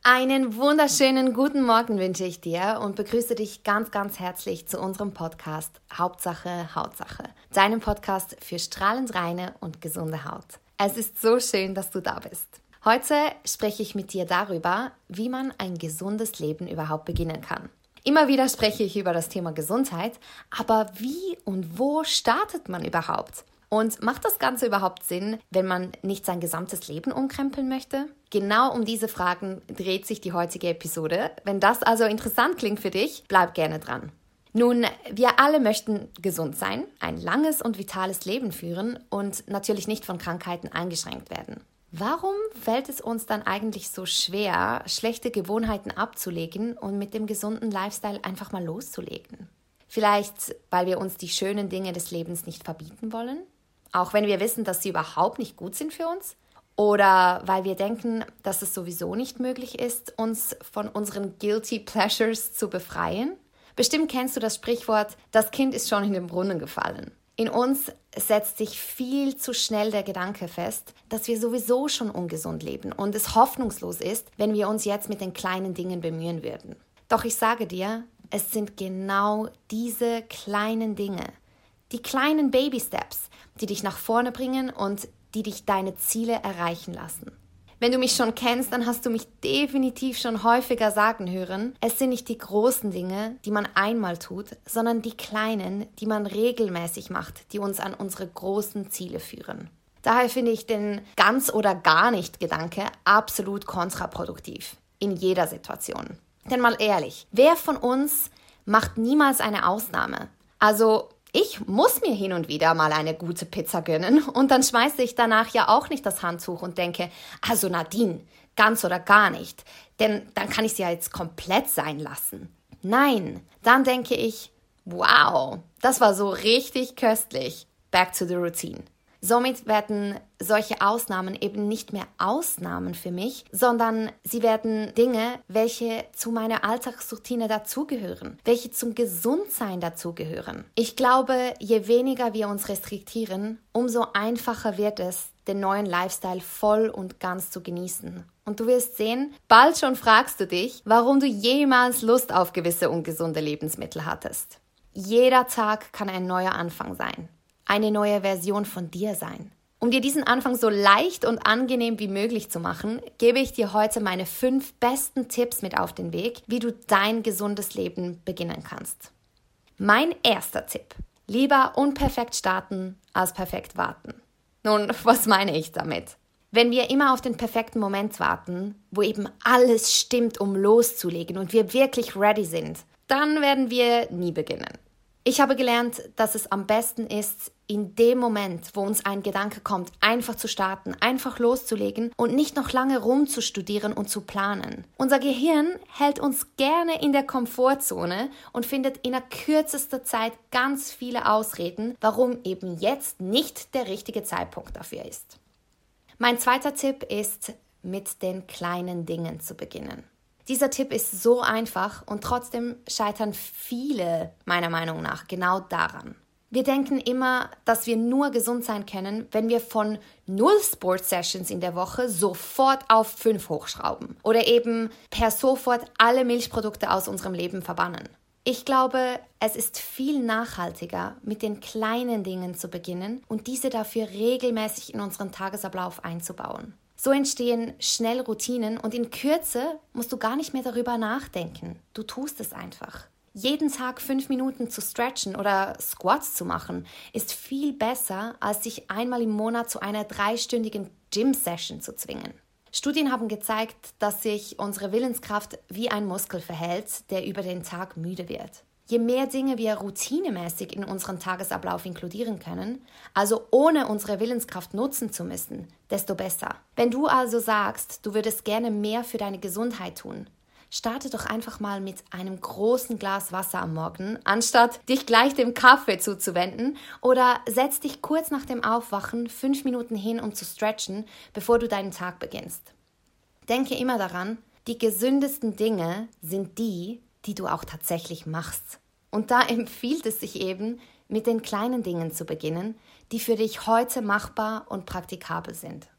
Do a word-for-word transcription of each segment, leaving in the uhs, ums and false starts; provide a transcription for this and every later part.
Einen wunderschönen guten Morgen wünsche ich dir und begrüße dich ganz, ganz herzlich zu unserem Podcast Hauptsache Hautsache, deinem Podcast für strahlend reine und gesunde Haut. Es ist so schön, dass du da bist. Heute spreche ich mit dir darüber, wie man ein gesundes Leben überhaupt beginnen kann. Immer wieder spreche ich über das Thema Gesundheit, aber wie und wo startet man überhaupt? Und macht das Ganze überhaupt Sinn, wenn man nicht sein gesamtes Leben umkrempeln möchte? Genau um diese Fragen dreht sich die heutige Episode. Wenn das also interessant klingt für dich, bleib gerne dran. Nun, wir alle möchten gesund sein, ein langes und vitales Leben führen und natürlich nicht von Krankheiten eingeschränkt werden. Warum fällt es uns dann eigentlich so schwer, schlechte Gewohnheiten abzulegen und mit dem gesunden Lifestyle einfach mal loszulegen? Vielleicht, weil wir uns die schönen Dinge des Lebens nicht verbieten wollen? Auch wenn wir wissen, dass sie überhaupt nicht gut sind für uns? Oder weil wir denken, dass es sowieso nicht möglich ist, uns von unseren Guilty Pleasures zu befreien? Bestimmt kennst du das Sprichwort, das Kind ist schon in den Brunnen gefallen. In uns setzt sich viel zu schnell der Gedanke fest, dass wir sowieso schon ungesund leben und es hoffnungslos ist, wenn wir uns jetzt mit den kleinen Dingen bemühen würden. Doch ich sage dir, es sind genau diese kleinen Dinge, die kleinen Baby-Steps, die dich nach vorne bringen und die dich deine Ziele erreichen lassen. Wenn du mich schon kennst, dann hast du mich definitiv schon häufiger sagen hören, es sind nicht die großen Dinge, die man einmal tut, sondern die kleinen, die man regelmäßig macht, die uns an unsere großen Ziele führen. Daher finde ich den ganz oder gar nicht Gedanke absolut kontraproduktiv in jeder Situation. Denn mal ehrlich, wer von uns macht niemals eine Ausnahme? Also ich muss mir hin und wieder mal eine gute Pizza gönnen und dann schmeiße ich danach ja auch nicht das Handtuch und denke, also Nadine, ganz oder gar nicht, denn dann kann ich sie ja jetzt komplett sein lassen. Nein, dann denke ich, wow, das war so richtig köstlich. Back to the routine. Somit werden solche Ausnahmen eben nicht mehr Ausnahmen für mich, sondern sie werden Dinge, welche zu meiner Alltagsroutine dazugehören, welche zum Gesundsein dazugehören. Ich glaube, je weniger wir uns restriktieren, umso einfacher wird es, den neuen Lifestyle voll und ganz zu genießen. Und du wirst sehen, bald schon fragst du dich, warum du jemals Lust auf gewisse ungesunde Lebensmittel hattest. Jeder Tag kann ein neuer Anfang sein. Eine neue Version von dir sein. Um dir diesen Anfang so leicht und angenehm wie möglich zu machen, gebe ich dir heute meine fünf besten Tipps mit auf den Weg, wie du dein gesundes Leben beginnen kannst. Mein erster Tipp: Lieber unperfekt starten als perfekt warten. Nun, was meine ich damit? Wenn wir immer auf den perfekten Moment warten, wo eben alles stimmt, um loszulegen und wir wirklich ready sind, dann werden wir nie beginnen. Ich habe gelernt, dass es am besten ist, in dem Moment, wo uns ein Gedanke kommt, einfach zu starten, einfach loszulegen und nicht noch lange rumzustudieren und zu planen. Unser Gehirn hält uns gerne in der Komfortzone und findet in der kürzester Zeit ganz viele Ausreden, warum eben jetzt nicht der richtige Zeitpunkt dafür ist. Mein zweiter Tipp ist, mit den kleinen Dingen zu beginnen. Dieser Tipp ist so einfach und trotzdem scheitern viele, meiner Meinung nach, genau daran. Wir denken immer, dass wir nur gesund sein können, wenn wir von null Sport-Sessions in der Woche sofort auf fünf hochschrauben oder eben per sofort alle Milchprodukte aus unserem Leben verbannen. Ich glaube, es ist viel nachhaltiger, mit den kleinen Dingen zu beginnen und diese dafür regelmäßig in unseren Tagesablauf einzubauen. So entstehen schnell Routinen und in Kürze musst du gar nicht mehr darüber nachdenken. Du tust es einfach. Jeden Tag fünf Minuten zu stretchen oder Squats zu machen, ist viel besser, als sich einmal im Monat zu einer dreistündigen Gym-Session zu zwingen. Studien haben gezeigt, dass sich unsere Willenskraft wie ein Muskel verhält, der über den Tag müde wird. Je mehr Dinge wir routinemäßig in unseren Tagesablauf inkludieren können, also ohne unsere Willenskraft nutzen zu müssen, desto besser. Wenn du also sagst, du würdest gerne mehr für deine Gesundheit tun, starte doch einfach mal mit einem großen Glas Wasser am Morgen, anstatt dich gleich dem Kaffee zuzuwenden, oder setz dich kurz nach dem Aufwachen fünf Minuten hin, um zu stretchen, bevor du deinen Tag beginnst. Denke immer daran, die gesündesten Dinge sind die, die du auch tatsächlich machst. Und da empfiehlt es sich eben, mit den kleinen Dingen zu beginnen, die für dich heute machbar und praktikabel sind.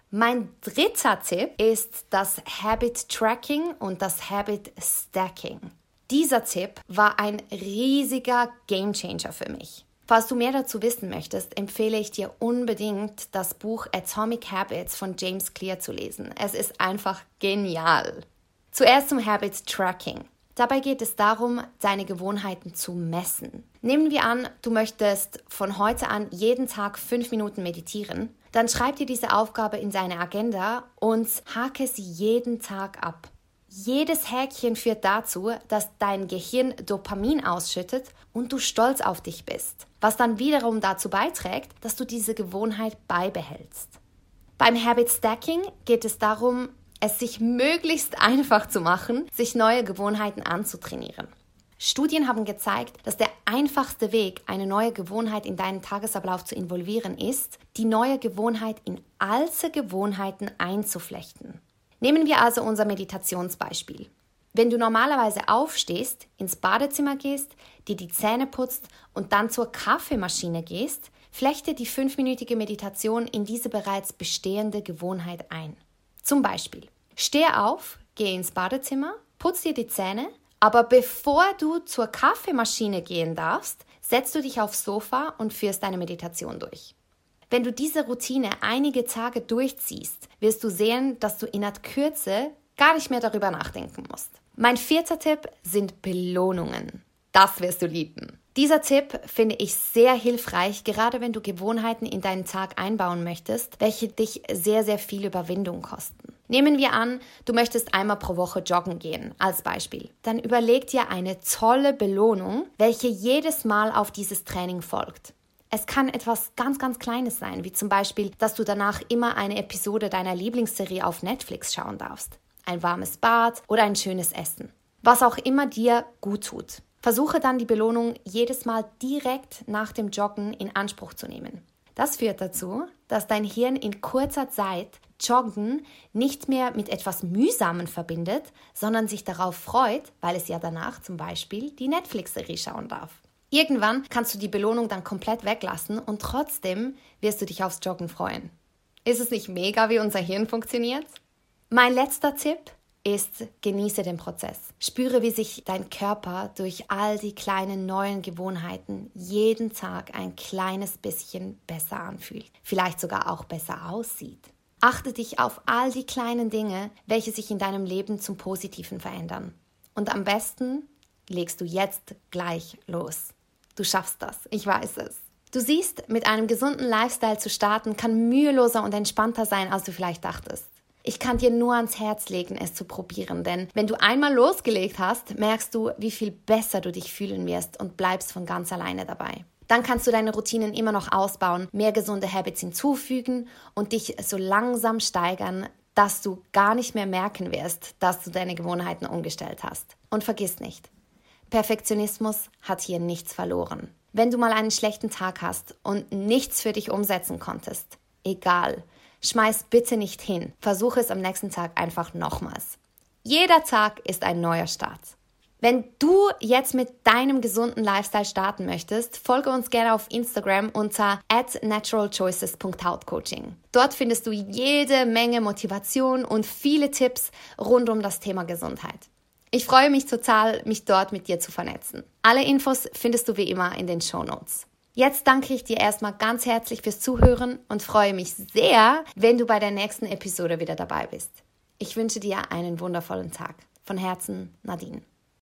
Mein dritter Tipp ist das Habit Tracking und das Habit Stacking. Dieser Tipp war ein riesiger Gamechanger für mich. Falls du mehr dazu wissen möchtest, empfehle ich dir unbedingt, das Buch Atomic Habits von James Clear zu lesen. Es ist einfach genial. Zuerst zum Habit Tracking. Dabei geht es darum, deine Gewohnheiten zu messen. Nehmen wir an, du möchtest von heute an jeden Tag fünf Minuten meditieren. Dann schreib dir diese Aufgabe in deine Agenda und hake sie jeden Tag ab. Jedes Häkchen führt dazu, dass dein Gehirn Dopamin ausschüttet und du stolz auf dich bist, was dann wiederum dazu beiträgt, dass du diese Gewohnheit beibehältst. Beim Habit Stacking geht es darum, es sich möglichst einfach zu machen, sich neue Gewohnheiten anzutrainieren. Studien haben gezeigt, dass der einfachste Weg, eine neue Gewohnheit in deinen Tagesablauf zu involvieren, ist, die neue Gewohnheit in alte Gewohnheiten einzuflechten. Nehmen wir also unser Meditationsbeispiel. Wenn du normalerweise aufstehst, ins Badezimmer gehst, dir die Zähne putzt und dann zur Kaffeemaschine gehst, flechte die fünfminütige Meditation in diese bereits bestehende Gewohnheit ein. Zum Beispiel, steh auf, geh ins Badezimmer, putz dir die Zähne, aber bevor du zur Kaffeemaschine gehen darfst, setzt du dich aufs Sofa und führst deine Meditation durch. Wenn du diese Routine einige Tage durchziehst, wirst du sehen, dass du in der Kürze gar nicht mehr darüber nachdenken musst. Mein vierter Tipp sind Belohnungen. Das wirst du lieben. Dieser Tipp finde ich sehr hilfreich, gerade wenn du Gewohnheiten in deinen Tag einbauen möchtest, welche dich sehr, sehr viel Überwindung kosten. Nehmen wir an, du möchtest einmal pro Woche joggen gehen, als Beispiel. Dann überleg dir eine tolle Belohnung, welche jedes Mal auf dieses Training folgt. Es kann etwas ganz, ganz Kleines sein, wie zum Beispiel, dass du danach immer eine Episode deiner Lieblingsserie auf Netflix schauen darfst. Ein warmes Bad oder ein schönes Essen. Was auch immer dir gut tut. Versuche dann die Belohnung jedes Mal direkt nach dem Joggen in Anspruch zu nehmen. Das führt dazu, dass dein Hirn in kurzer Zeit Joggen nicht mehr mit etwas Mühsamen verbindet, sondern sich darauf freut, weil es ja danach zum Beispiel die Netflix-Serie schauen darf. Irgendwann kannst du die Belohnung dann komplett weglassen und trotzdem wirst du dich aufs Joggen freuen. Ist es nicht mega, wie unser Hirn funktioniert? Mein letzter Tipp ist, genieße den Prozess. Spüre, wie sich dein Körper durch all die kleinen neuen Gewohnheiten jeden Tag ein kleines bisschen besser anfühlt. Vielleicht sogar auch besser aussieht. Achte dich auf all die kleinen Dinge, welche sich in deinem Leben zum Positiven verändern. Und am besten legst du jetzt gleich los. Du schaffst das, ich weiß es. Du siehst, mit einem gesunden Lifestyle zu starten, kann müheloser und entspannter sein, als du vielleicht dachtest. Ich kann dir nur ans Herz legen, es zu probieren, denn wenn du einmal losgelegt hast, merkst du, wie viel besser du dich fühlen wirst und bleibst von ganz alleine dabei. Dann kannst du deine Routinen immer noch ausbauen, mehr gesunde Habits hinzufügen und dich so langsam steigern, dass du gar nicht mehr merken wirst, dass du deine Gewohnheiten umgestellt hast. Und vergiss nicht, Perfektionismus hat hier nichts verloren. Wenn du mal einen schlechten Tag hast und nichts für dich umsetzen konntest, egal, schmeiß bitte nicht hin. Versuche es am nächsten Tag einfach nochmals. Jeder Tag ist ein neuer Start. Wenn du jetzt mit deinem gesunden Lifestyle starten möchtest, folge uns gerne auf Instagram unter at naturalchoices punkt hautcoaching. Dort findest du jede Menge Motivation und viele Tipps rund um das Thema Gesundheit. Ich freue mich total, mich dort mit dir zu vernetzen. Alle Infos findest du wie immer in den Shownotes. Jetzt danke ich dir erstmal ganz herzlich fürs Zuhören und freue mich sehr, wenn du bei der nächsten Episode wieder dabei bist. Ich wünsche dir einen wundervollen Tag. Von Herzen, Nadine.